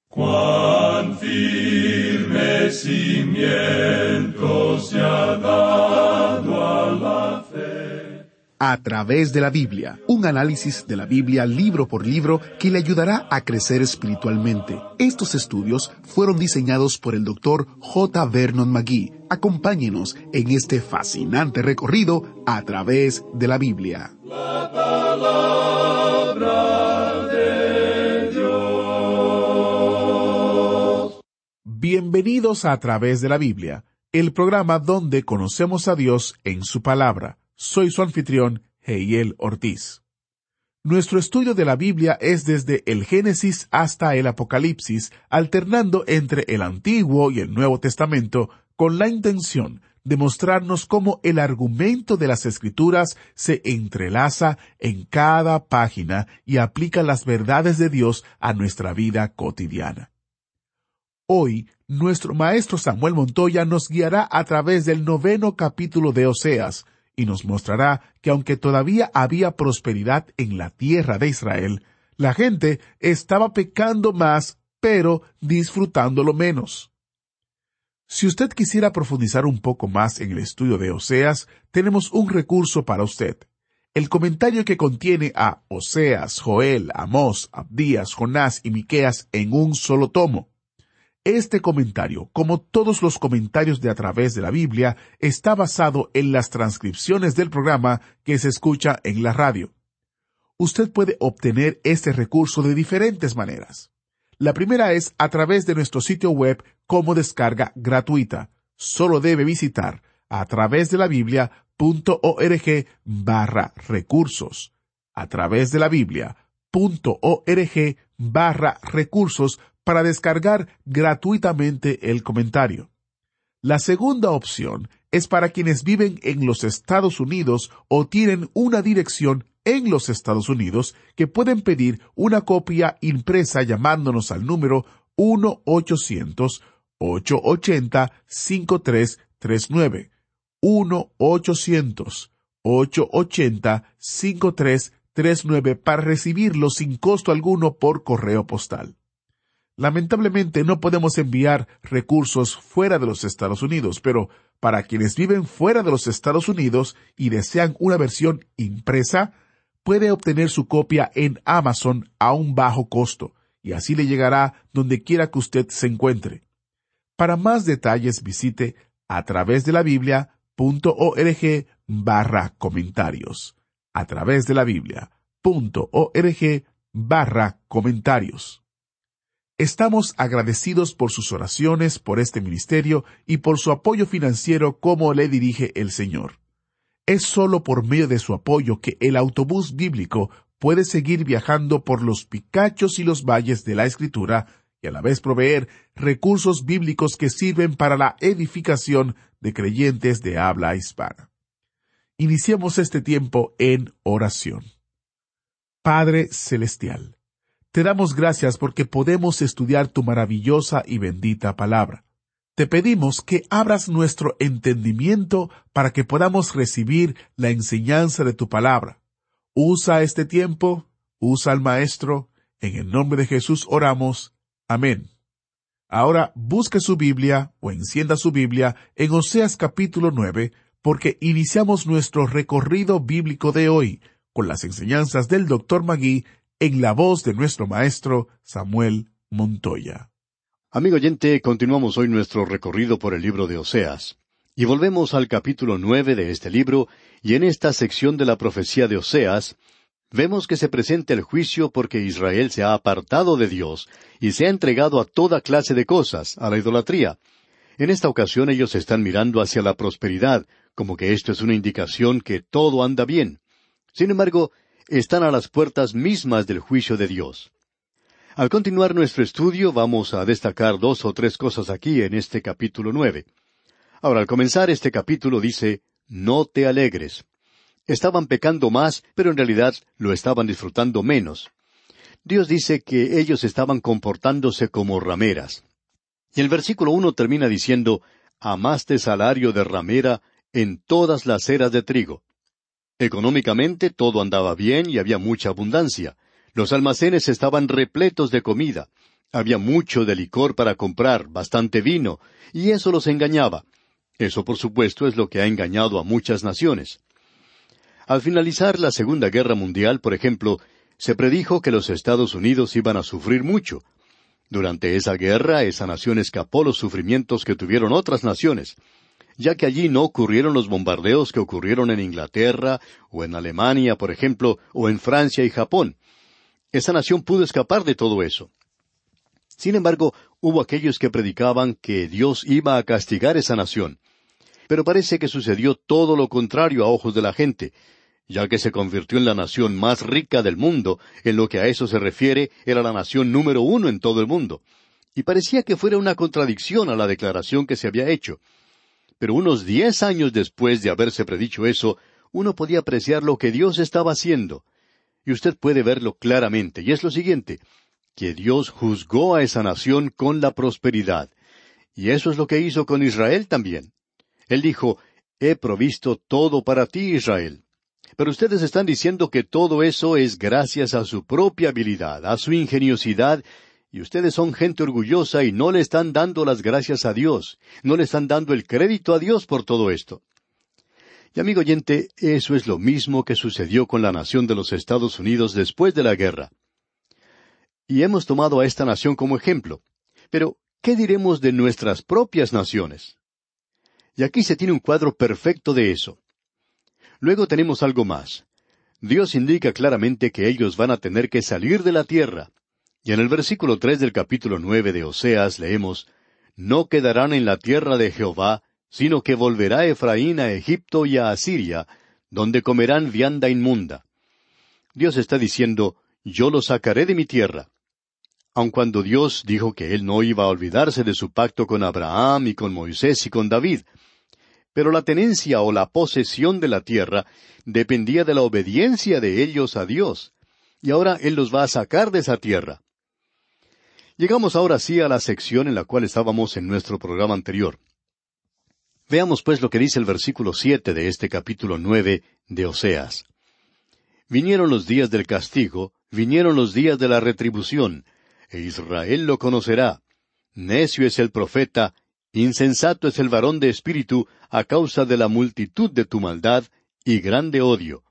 Cuán firme cimiento se ha dado a la fe. A través de la Biblia, un análisis de la Biblia libro por libro que le ayudará a crecer espiritualmente. Estos estudios fueron diseñados por el Dr. J. Vernon McGee. Acompáñenos en este fascinante recorrido a través de la Biblia. La palabra de Dios. Bienvenidos a través de la Biblia, el programa donde conocemos a Dios en su palabra. Soy su anfitrión, Heiel Ortiz. Nuestro estudio de la Biblia es desde el Génesis hasta el Apocalipsis, alternando entre el Antiguo y el Nuevo Testamento, con la intención de mostrarnos cómo el argumento de las Escrituras se entrelaza en cada página y aplica las verdades de Dios a nuestra vida cotidiana. Hoy, nuestro maestro Samuel Montoya nos guiará a través del 9º capítulo de Oseas, y nos mostrará que aunque todavía había prosperidad en la tierra de Israel, la gente estaba pecando más, pero disfrutándolo menos. Si usted quisiera profundizar un poco más en el estudio de Oseas, tenemos un recurso para usted. El comentario que contiene a Oseas, Joel, Amós, Abdías, Jonás y Miqueas en un solo tomo. Este comentario, como todos los comentarios de A través de la Biblia, está basado en las transcripciones del programa que se escucha en la radio. Usted puede obtener este recurso de diferentes maneras. La primera es a través de nuestro sitio web como descarga gratuita. Solo debe visitar atravesdelabiblia.org/recursos. atravesdelabiblia.org/recursos para descargar gratuitamente el comentario. La segunda opción es para quienes viven en los Estados Unidos o tienen una dirección en los Estados Unidos que pueden pedir una copia impresa llamándonos al número 1-800-880-5339. 1-800-880-5339 para recibirlo sin costo alguno por correo postal. Lamentablemente no podemos enviar recursos fuera de los Estados Unidos, pero para quienes viven fuera de los Estados Unidos y desean una versión impresa, puede obtener su copia en Amazon a un bajo costo, y así le llegará donde quiera que usted se encuentre. Para más detalles visite atravesdelabiblia.org/comentarios. atravesdelabiblia.org/comentarios. Estamos agradecidos por sus oraciones por este ministerio y por su apoyo financiero como le dirige el Señor. Es solo por medio de su apoyo que el autobús bíblico puede seguir viajando por los picachos y los valles de la Escritura y a la vez proveer recursos bíblicos que sirven para la edificación de creyentes de habla hispana. Iniciemos este tiempo en oración. Padre Celestial, te damos gracias porque podemos estudiar tu maravillosa y bendita palabra. Te pedimos que abras nuestro entendimiento para que podamos recibir la enseñanza de tu palabra. Usa este tiempo, usa al Maestro, en el nombre de Jesús oramos. Amén. Ahora busque su Biblia o encienda su Biblia en Oseas capítulo 9, porque iniciamos nuestro recorrido bíblico de hoy con las enseñanzas del Dr. McGee en la voz de nuestro maestro Samuel Montoya. Amigo oyente, continuamos hoy nuestro recorrido por el libro de Oseas. Y volvemos al capítulo 9 de este libro, y en esta sección de la profecía de Oseas, vemos que se presenta el juicio porque Israel se ha apartado de Dios y se ha entregado a toda clase de cosas, a la idolatría. En esta ocasión ellos están mirando hacia la prosperidad, como que esto es una indicación que todo anda bien. Sin embargo, están a las puertas mismas del juicio de Dios. Al continuar nuestro estudio, vamos a destacar 2 o 3 cosas aquí en este capítulo 9. Ahora, al comenzar este capítulo dice, no te alegres. Estaban pecando más, pero en realidad lo estaban disfrutando menos. Dios dice que ellos estaban comportándose como rameras. Y el versículo 1 termina diciendo, amaste salario de ramera en todas las eras de trigo. Económicamente todo andaba bien y había mucha abundancia. Los almacenes estaban repletos de comida. Había mucho de licor para comprar, bastante vino, y eso los engañaba. Eso, por supuesto, es lo que ha engañado a muchas naciones. Al finalizar la Segunda Guerra Mundial, por ejemplo, se predijo que los Estados Unidos iban a sufrir mucho. Durante esa guerra, esa nación escapó los sufrimientos que tuvieron otras naciones, ya que allí no ocurrieron los bombardeos que ocurrieron en Inglaterra, o en Alemania, por ejemplo, o en Francia y Japón. Esa nación pudo escapar de todo eso. Sin embargo, hubo aquellos que predicaban que Dios iba a castigar esa nación. Pero parece que sucedió todo lo contrario a ojos de la gente, ya que se convirtió en la nación más rica del mundo. En lo que a eso se refiere, era la nación número 1 en todo el mundo. Y parecía que fuera una contradicción a la declaración que se había hecho. Pero unos 10 años después de haberse predicho eso, uno podía apreciar lo que Dios estaba haciendo. Y usted puede verlo claramente, y es lo siguiente, que Dios juzgó a esa nación con la prosperidad. Y eso es lo que hizo con Israel también. Él dijo, he provisto todo para ti, Israel. Pero ustedes están diciendo que todo eso es gracias a su propia habilidad, a su ingeniosidad, y ustedes son gente orgullosa y no le están dando las gracias a Dios, no le están dando el crédito a Dios por todo esto. Y amigo oyente, eso es lo mismo que sucedió con la nación de los Estados Unidos después de la guerra. Y hemos tomado a esta nación como ejemplo. Pero, ¿qué diremos de nuestras propias naciones? Y aquí se tiene un cuadro perfecto de eso. Luego tenemos algo más. Dios indica claramente que ellos van a tener que salir de la tierra. Y en el versículo 3 del capítulo 9 de Oseas leemos, no quedarán en la tierra de Jehová, sino que volverá Efraín a Egipto y a Asiria, donde comerán vianda inmunda. Dios está diciendo, yo los sacaré de mi tierra. Aun cuando Dios dijo que Él no iba a olvidarse de su pacto con Abraham y con Moisés y con David. Pero la tenencia o la posesión de la tierra dependía de la obediencia de ellos a Dios. Y ahora Él los va a sacar de esa tierra. Llegamos ahora sí a la sección en la cual estábamos en nuestro programa anterior. Veamos pues lo que dice el versículo 7 de este capítulo 9 de Oseas. Vinieron los días del castigo, vinieron los días de la retribución, e Israel lo conocerá. Necio es el profeta, insensato es el varón de espíritu, a causa de la multitud de tu maldad y grande odio.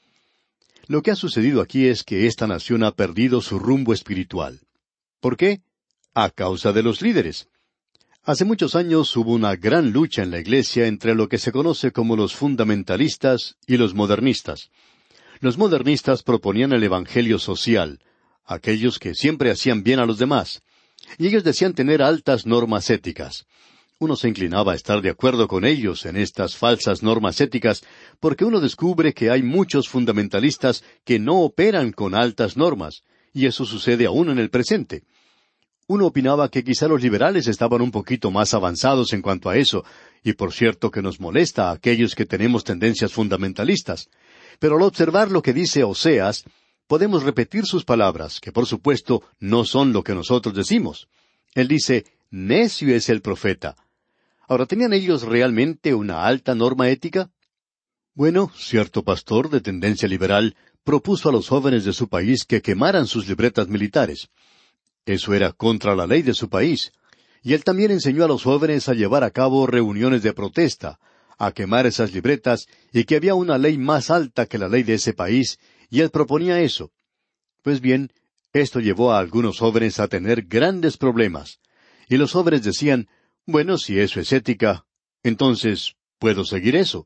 Lo que ha sucedido aquí es que esta nación ha perdido su rumbo espiritual. ¿Por qué? A causa de los líderes. Hace muchos años hubo una gran lucha en la iglesia entre lo que se conoce como los fundamentalistas y los modernistas. Los modernistas proponían el evangelio social, aquellos que siempre hacían bien a los demás, y ellos decían tener altas normas éticas. Uno se inclinaba a estar de acuerdo con ellos en estas falsas normas éticas, porque uno descubre que hay muchos fundamentalistas que no operan con altas normas, y eso sucede aún en el presente. Uno opinaba que quizá los liberales estaban un poquito más avanzados en cuanto a eso, y por cierto que nos molesta a aquellos que tenemos tendencias fundamentalistas. Pero al observar lo que dice Oseas, podemos repetir sus palabras, que por supuesto no son lo que nosotros decimos. Él dice, necio es el profeta. Ahora, ¿tenían ellos realmente una alta norma ética? Bueno, cierto pastor de tendencia liberal propuso a los jóvenes de su país que quemaran sus libretas militares. Eso era contra la ley de su país. Y él también enseñó a los jóvenes a llevar a cabo reuniones de protesta, a quemar esas libretas, y que había una ley más alta que la ley de ese país, y él proponía eso. Pues bien, esto llevó a algunos jóvenes a tener grandes problemas. Y los jóvenes decían, bueno, si eso es ética, entonces, ¿puedo seguir eso?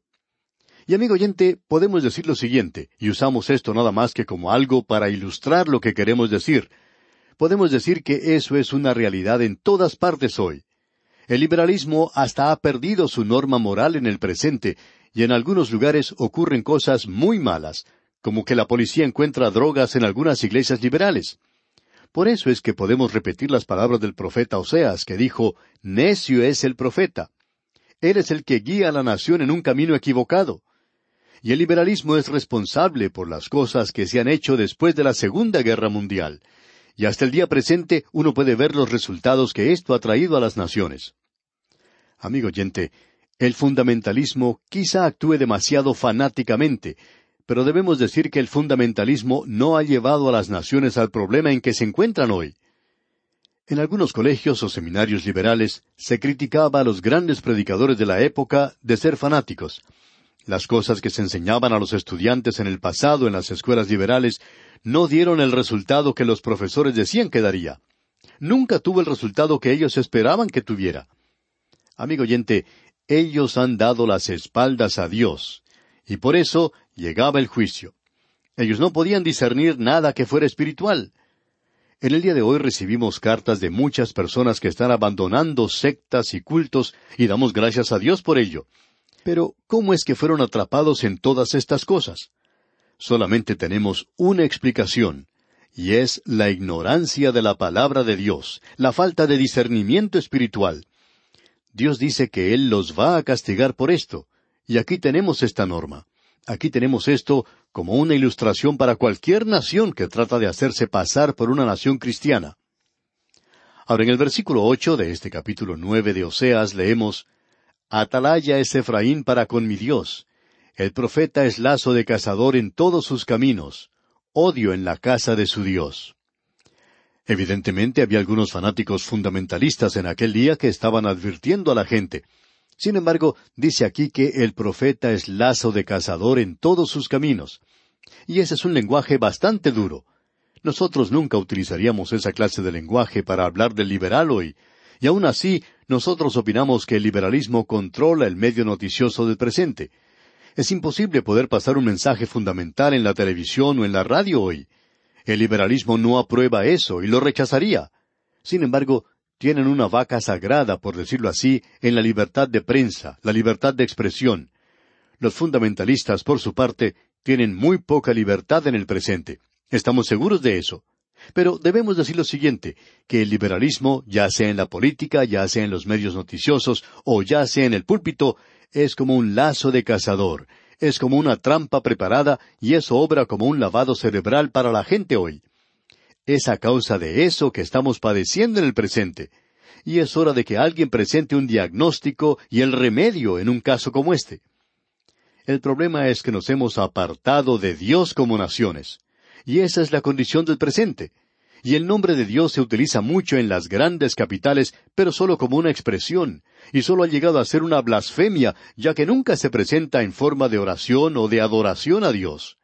Y amigo oyente, podemos decir lo siguiente, y usamos esto nada más que como algo para ilustrar lo que queremos decir. Podemos decir que eso es una realidad en todas partes hoy. El liberalismo hasta ha perdido su norma moral en el presente, y en algunos lugares ocurren cosas muy malas, como que la policía encuentra drogas en algunas iglesias liberales. Por eso es que podemos repetir las palabras del profeta Oseas, que dijo, necio es el profeta. Él es el que guía a la nación en un camino equivocado. Y el liberalismo es responsable por las cosas que se han hecho después de la Segunda Guerra Mundial. Y hasta el día presente uno puede ver los resultados que esto ha traído a las naciones. Amigo oyente, el fundamentalismo quizá actúe demasiado fanáticamente, pero debemos decir que el fundamentalismo no ha llevado a las naciones al problema en que se encuentran hoy. En algunos colegios o seminarios liberales se criticaba a los grandes predicadores de la época de ser fanáticos. Las cosas que se enseñaban a los estudiantes en el pasado en las escuelas liberales no dieron el resultado que los profesores decían que daría. Nunca tuvo el resultado que ellos esperaban que tuviera. Amigo oyente, ellos han dado las espaldas a Dios, y por eso llegaba el juicio. Ellos no podían discernir nada que fuera espiritual. En el día de hoy recibimos cartas de muchas personas que están abandonando sectas y cultos, y damos gracias a Dios por ello. Pero, ¿cómo es que fueron atrapados en todas estas cosas? Solamente tenemos una explicación, y es la ignorancia de la palabra de Dios, la falta de discernimiento espiritual. Dios dice que Él los va a castigar por esto, y aquí tenemos esta norma. Aquí tenemos esto como una ilustración para cualquier nación que trata de hacerse pasar por una nación cristiana. Ahora, en el versículo 8 de este capítulo 9 de Oseas leemos: Atalaya es Efraín para con mi Dios. El profeta es lazo de cazador en todos sus caminos. Odio en la casa de su Dios. Evidentemente había algunos fanáticos fundamentalistas en aquel día que estaban advirtiendo a la gente. Sin embargo, dice aquí que el profeta es lazo de cazador en todos sus caminos. Y ese es un lenguaje bastante duro. Nosotros nunca utilizaríamos esa clase de lenguaje para hablar del liberal hoy. Y aún así, nosotros opinamos que el liberalismo controla el medio noticioso del presente. Es imposible poder pasar un mensaje fundamental en la televisión o en la radio hoy. El liberalismo no aprueba eso y lo rechazaría. Sin embargo, tienen una vaca sagrada, por decirlo así, en la libertad de prensa, la libertad de expresión. Los fundamentalistas, por su parte, tienen muy poca libertad en el presente. Estamos seguros de eso. Pero debemos decir lo siguiente, que el liberalismo, ya sea en la política, ya sea en los medios noticiosos, o ya sea en el púlpito, es como un lazo de cazador, es como una trampa preparada, y eso obra como un lavado cerebral para la gente hoy. Es a causa de eso que estamos padeciendo en el presente. Y es hora de que alguien presente un diagnóstico y el remedio en un caso como este. El problema es que nos hemos apartado de Dios como naciones. Y esa es la condición del presente. Y el nombre de Dios se utiliza mucho en las grandes capitales, pero solo como una expresión, y solo ha llegado a ser una blasfemia, ya que nunca se presenta en forma de oración o de adoración a Dios.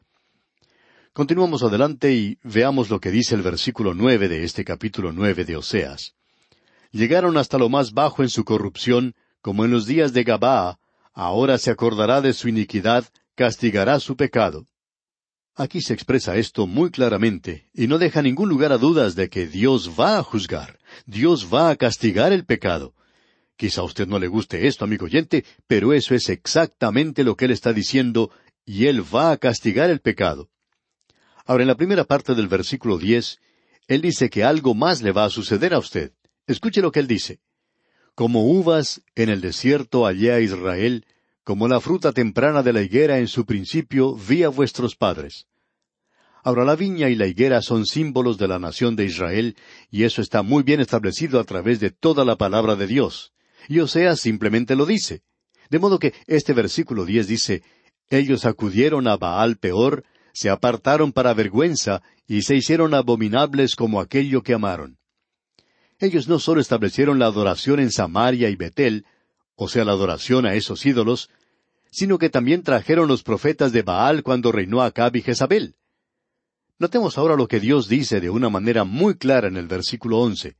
Continuamos adelante y veamos lo que dice el versículo 9 de este capítulo 9 de Oseas. Llegaron hasta lo más bajo en su corrupción, como en los días de Gabaa, ahora se acordará de su iniquidad, castigará su pecado. Aquí se expresa esto muy claramente, y no deja ningún lugar a dudas de que Dios va a juzgar, Dios va a castigar el pecado. Quizá a usted no le guste esto, amigo oyente, pero eso es exactamente lo que Él está diciendo, y Él va a castigar el pecado. Ahora, en la primera parte del versículo 10, Él dice que algo más le va a suceder a usted. Escuche lo que Él dice. Como uvas en el desierto hallé a Israel, como la fruta temprana de la higuera en su principio vi a vuestros padres. Ahora, la viña y la higuera son símbolos de la nación de Israel, y eso está muy bien establecido a través de toda la palabra de Dios. Y Oseas simplemente lo dice. De modo que este versículo 10 dice, ellos acudieron a Baal Peor, se apartaron para vergüenza, y se hicieron abominables como aquello que amaron. Ellos no solo establecieron la adoración en Samaria y Betel, o sea, la adoración a esos ídolos, sino que también trajeron los profetas de Baal cuando reinó Acab y Jezabel. Notemos ahora lo que Dios dice de una manera muy clara en el versículo 11.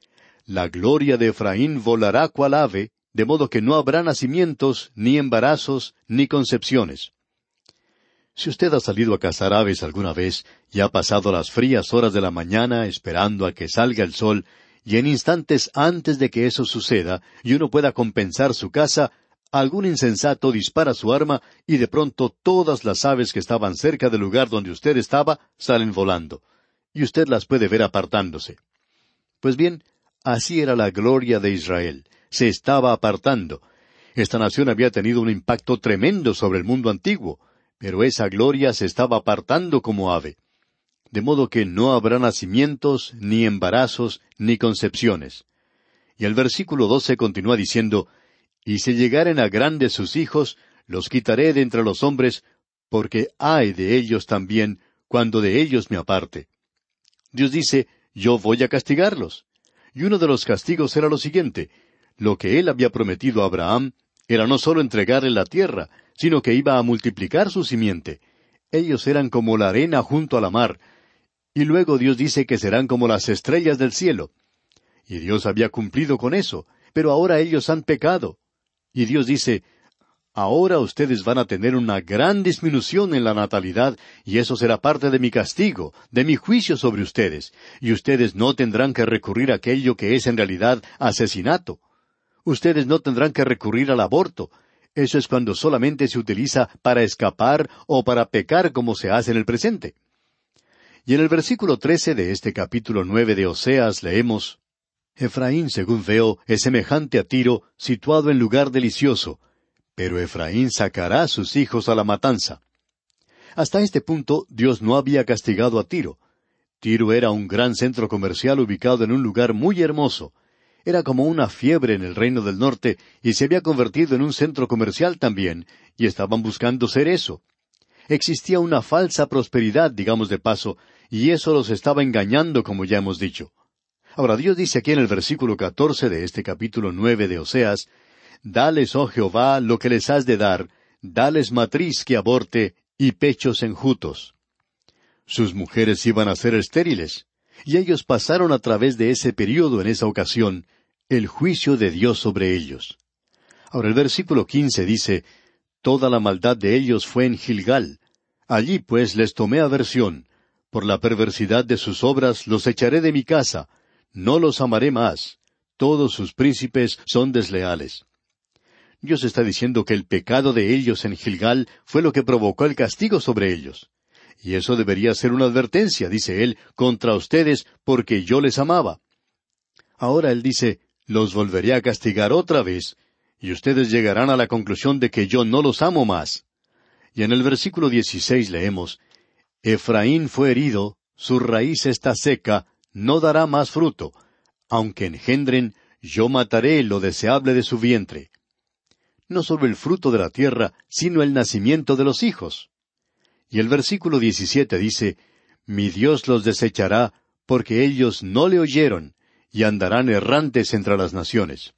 La gloria de Efraín volará cual ave, de modo que no habrá nacimientos, ni embarazos, ni concepciones. Si usted ha salido a cazar aves alguna vez y ha pasado las frías horas de la mañana esperando a que salga el sol, y en instantes antes de que eso suceda y uno pueda compensar su caza, algún insensato dispara su arma y de pronto todas las aves que estaban cerca del lugar donde usted estaba salen volando, y usted las puede ver apartándose. Pues bien, así era la gloria de Israel. Se estaba apartando. Esta nación había tenido un impacto tremendo sobre el mundo antiguo, pero esa gloria se estaba apartando como ave. De modo que no habrá nacimientos, ni embarazos, ni concepciones. Y el versículo 12 continúa diciendo, y si llegaren a grandes sus hijos, los quitaré de entre los hombres, porque ay de ellos también, cuando de ellos me aparte. Dios dice, yo voy a castigarlos. Y uno de los castigos era lo siguiente: lo que él había prometido a Abraham era no solo entregarle la tierra, sino que iba a multiplicar su simiente. Ellos eran como la arena junto a la mar, y luego Dios dice que serán como las estrellas del cielo. Y Dios había cumplido con eso, pero ahora ellos han pecado. Y Dios dice: ahora ustedes van a tener una gran disminución en la natalidad, y eso será parte de mi castigo, de mi juicio sobre ustedes, y ustedes no tendrán que recurrir a aquello que es en realidad asesinato. Ustedes no tendrán que recurrir al aborto. Eso es cuando solamente se utiliza para escapar o para pecar como se hace en el presente. Y en el versículo 13 de este capítulo 9 de Oseas leemos: Efraín, según veo, es semejante a Tiro, situado en lugar delicioso, pero Efraín sacará a sus hijos a la matanza. Hasta este punto, Dios no había castigado a Tiro. Tiro era un gran centro comercial ubicado en un lugar muy hermoso. Era como una fiebre en el reino del norte, y se había convertido en un centro comercial también, y estaban buscando ser eso. Existía una falsa prosperidad, digamos de paso, y eso los estaba engañando, como ya hemos dicho. Ahora Dios dice aquí en el versículo 14 de este capítulo 9 de Oseas: Dales, oh Jehová, lo que les has de dar, dales matriz que aborte, y pechos enjutos. Sus mujeres iban a ser estériles, y ellos pasaron a través de ese período en esa ocasión, el juicio de Dios sobre ellos. Ahora el versículo 15 dice: Toda la maldad de ellos fue en Gilgal. Allí pues les tomé aversión. Por la perversidad de sus obras los echaré de mi casa. No los amaré más. Todos sus príncipes son desleales. Dios está diciendo que el pecado de ellos en Gilgal fue lo que provocó el castigo sobre ellos. Y eso debería ser una advertencia, dice él, contra ustedes, porque yo les amaba. Ahora él dice: los volveré a castigar otra vez, y ustedes llegarán a la conclusión de que yo no los amo más. Y en el versículo 16 leemos: Efraín fue herido, su raíz está seca, no dará más fruto. Aunque engendren, yo mataré lo deseable de su vientre. No solo el fruto de la tierra, sino el nacimiento de los hijos. Y el versículo 17 dice: Mi Dios los desechará, porque ellos no le oyeron, y andarán errantes entre las naciones.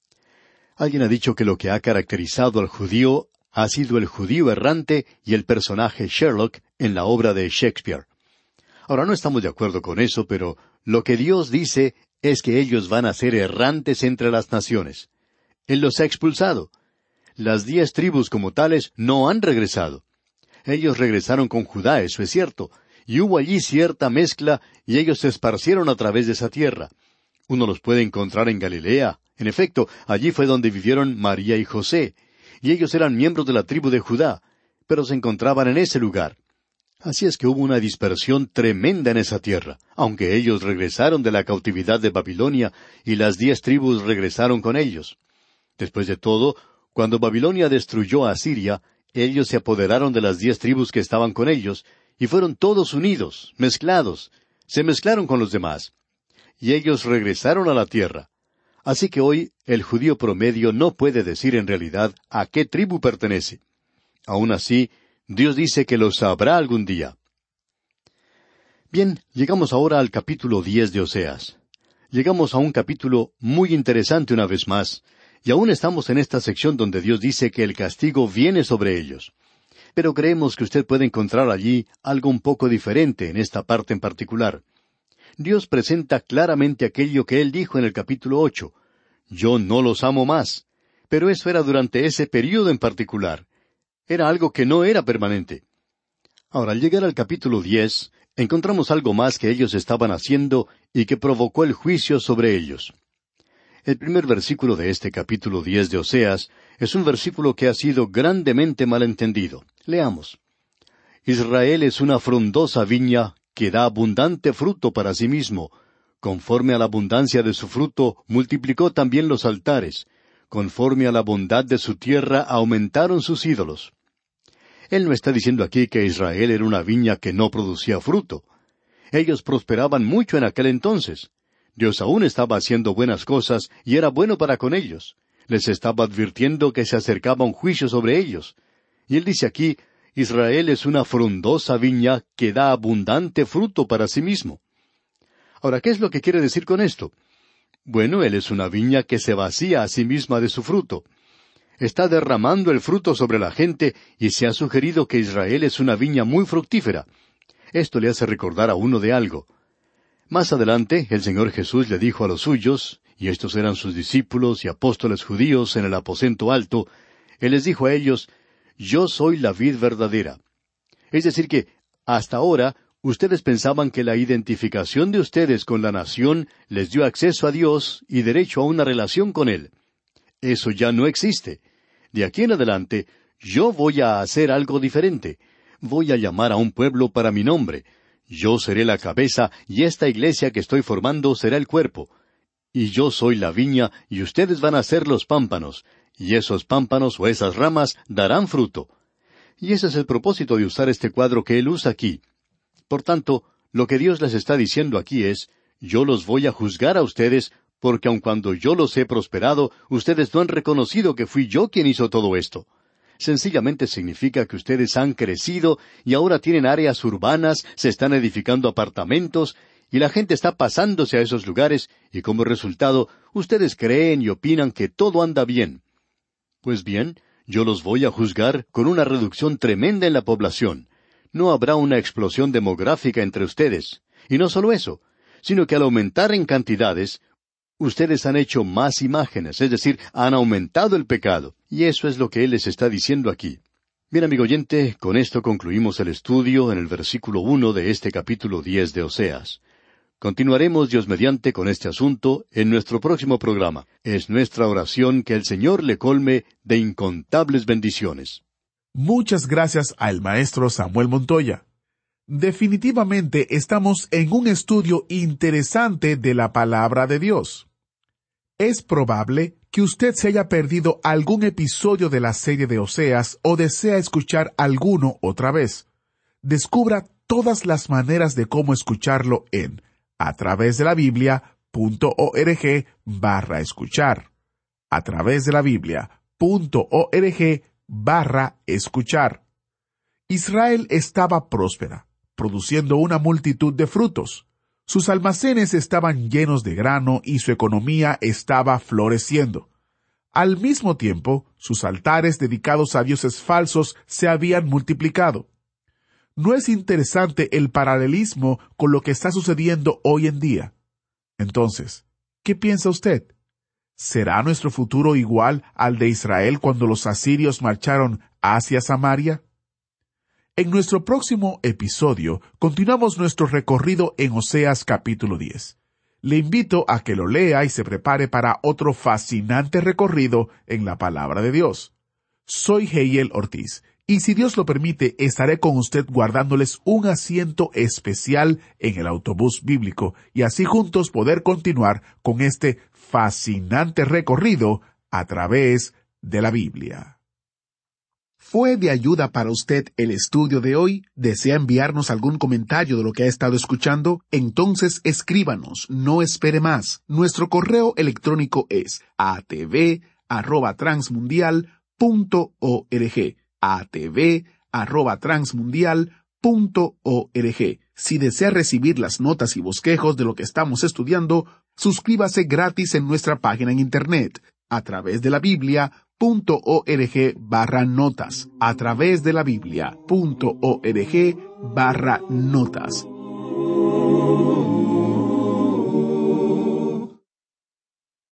Alguien ha dicho que lo que ha caracterizado al judío ha sido el judío errante y el personaje Sherlock en la obra de Shakespeare. Ahora no estamos de acuerdo con eso, pero lo que Dios dice es que ellos van a ser errantes entre las naciones. Él los ha expulsado. Las 10 tribus como tales no han regresado. Ellos regresaron con Judá, eso es cierto, y hubo allí cierta mezcla, y ellos se esparcieron a través de esa tierra. Uno los puede encontrar en Galilea. En efecto, allí fue donde vivieron María y José, y ellos eran miembros de la tribu de Judá, pero se encontraban en ese lugar. Así es que hubo una dispersión tremenda en esa tierra, aunque ellos regresaron de la cautividad de Babilonia, y las 10 tribus regresaron con ellos. Después de todo, cuando Babilonia destruyó a Asiria, ellos se apoderaron de las 10 tribus que estaban con ellos, y fueron todos unidos, mezclados, se mezclaron con los demás. Y ellos regresaron a la tierra. Así que hoy el judío promedio no puede decir en realidad a qué tribu pertenece. Aún así, Dios dice que lo sabrá algún día. Bien, llegamos ahora al capítulo 10 de Oseas. Llegamos a un capítulo muy interesante una vez más, y aún estamos en esta sección donde Dios dice que el castigo viene sobre ellos. Pero creemos que usted puede encontrar allí algo un poco diferente en esta parte en particular. Dios presenta claramente aquello que Él dijo en el capítulo 8. Yo no los amo más. Pero eso era durante ese período en particular. Era algo que no era permanente. Ahora, al llegar al capítulo 10, encontramos algo más que ellos estaban haciendo y que provocó el juicio sobre ellos. El primer versículo de este capítulo 10 de Oseas es un versículo que ha sido grandemente malentendido. Leamos. Israel es una frondosa viña que da abundante fruto para sí mismo. Conforme a la abundancia de su fruto, multiplicó también los altares. Conforme a la bondad de su tierra, aumentaron sus ídolos. Él no está diciendo aquí que Israel era una viña que no producía fruto. Ellos prosperaban mucho en aquel entonces. Dios aún estaba haciendo buenas cosas y era bueno para con ellos. Les estaba advirtiendo que se acercaba un juicio sobre ellos. Y Él dice aquí: Israel es una frondosa viña que da abundante fruto para sí mismo. Ahora, ¿qué es lo que quiere decir con esto? Bueno, Él es una viña que se vacía a sí misma de su fruto. Está derramando el fruto sobre la gente y se ha sugerido que Israel es una viña muy fructífera. Esto le hace recordar a uno de algo. Más adelante, el Señor Jesús le dijo a los suyos, y estos eran sus discípulos y apóstoles judíos en el aposento alto, Él les dijo a ellos, «Yo soy la vid verdadera». Es decir que, hasta ahora, ustedes pensaban que la identificación de ustedes con la nación les dio acceso a Dios y derecho a una relación con Él. Eso ya no existe. De aquí en adelante, yo voy a hacer algo diferente. Voy a llamar a un pueblo para mi nombre. Yo seré la cabeza y esta iglesia que estoy formando será el cuerpo. Y yo soy la viña y ustedes van a ser los pámpanos. Y esos pámpanos o esas ramas darán fruto. Y ese es el propósito de usar este cuadro que Él usa aquí. Por tanto, lo que Dios les está diciendo aquí es, yo los voy a juzgar a ustedes, porque aun cuando yo los he prosperado, ustedes no han reconocido que fui yo quien hizo todo esto. Sencillamente significa que ustedes han crecido y ahora tienen áreas urbanas, se están edificando apartamentos, y la gente está pasándose a esos lugares, y como resultado, ustedes creen y opinan que todo anda bien. Pues bien, yo los voy a juzgar con una reducción tremenda en la población. No habrá una explosión demográfica entre ustedes. Y no solo eso, sino que al aumentar en cantidades, ustedes han hecho más imágenes, es decir, han aumentado el pecado. Y eso es lo que Él les está diciendo aquí. Bien, amigo oyente, con esto concluimos el estudio en el versículo 1 de este capítulo 10 de Oseas. Continuaremos, Dios mediante, con este asunto en nuestro próximo programa. Es nuestra oración que el Señor le colme de incontables bendiciones. Muchas gracias al maestro Samuel Montoya. Definitivamente estamos en un estudio interesante de la palabra de Dios. Es probable que usted se haya perdido algún episodio de la serie de Oseas o desea escuchar alguno otra vez. Descubra todas las maneras de cómo escucharlo en a través de la Biblia.org/escuchar. A través de la Biblia.org/escuchar. Israel estaba próspera, produciendo una multitud de frutos. Sus almacenes estaban llenos de grano y su economía estaba floreciendo. Al mismo tiempo, sus altares dedicados a dioses falsos se habían multiplicado. ¿No es interesante el paralelismo con lo que está sucediendo hoy en día? Entonces, ¿qué piensa usted? ¿Será nuestro futuro igual al de Israel cuando los asirios marcharon hacia Samaria? En nuestro próximo episodio, continuamos nuestro recorrido en Oseas capítulo 10. Le invito a que lo lea y se prepare para otro fascinante recorrido en la palabra de Dios. Soy Heiel Ortiz, y si Dios lo permite, estaré con usted guardándoles un asiento especial en el autobús bíblico, y así juntos poder continuar con este fascinante recorrido a través de la Biblia. ¿Fue de ayuda para usted el estudio de hoy? ¿Desea enviarnos algún comentario de lo que ha estado escuchando? Entonces escríbanos, no espere más. Nuestro correo electrónico es atv@transmundial.org. atv@transmundial.org. Si desea recibir las notas y bosquejos de lo que estamos estudiando, suscríbase gratis en nuestra página en Internet, a través de la Biblia.org/notas, a través de la Biblia.org/notas.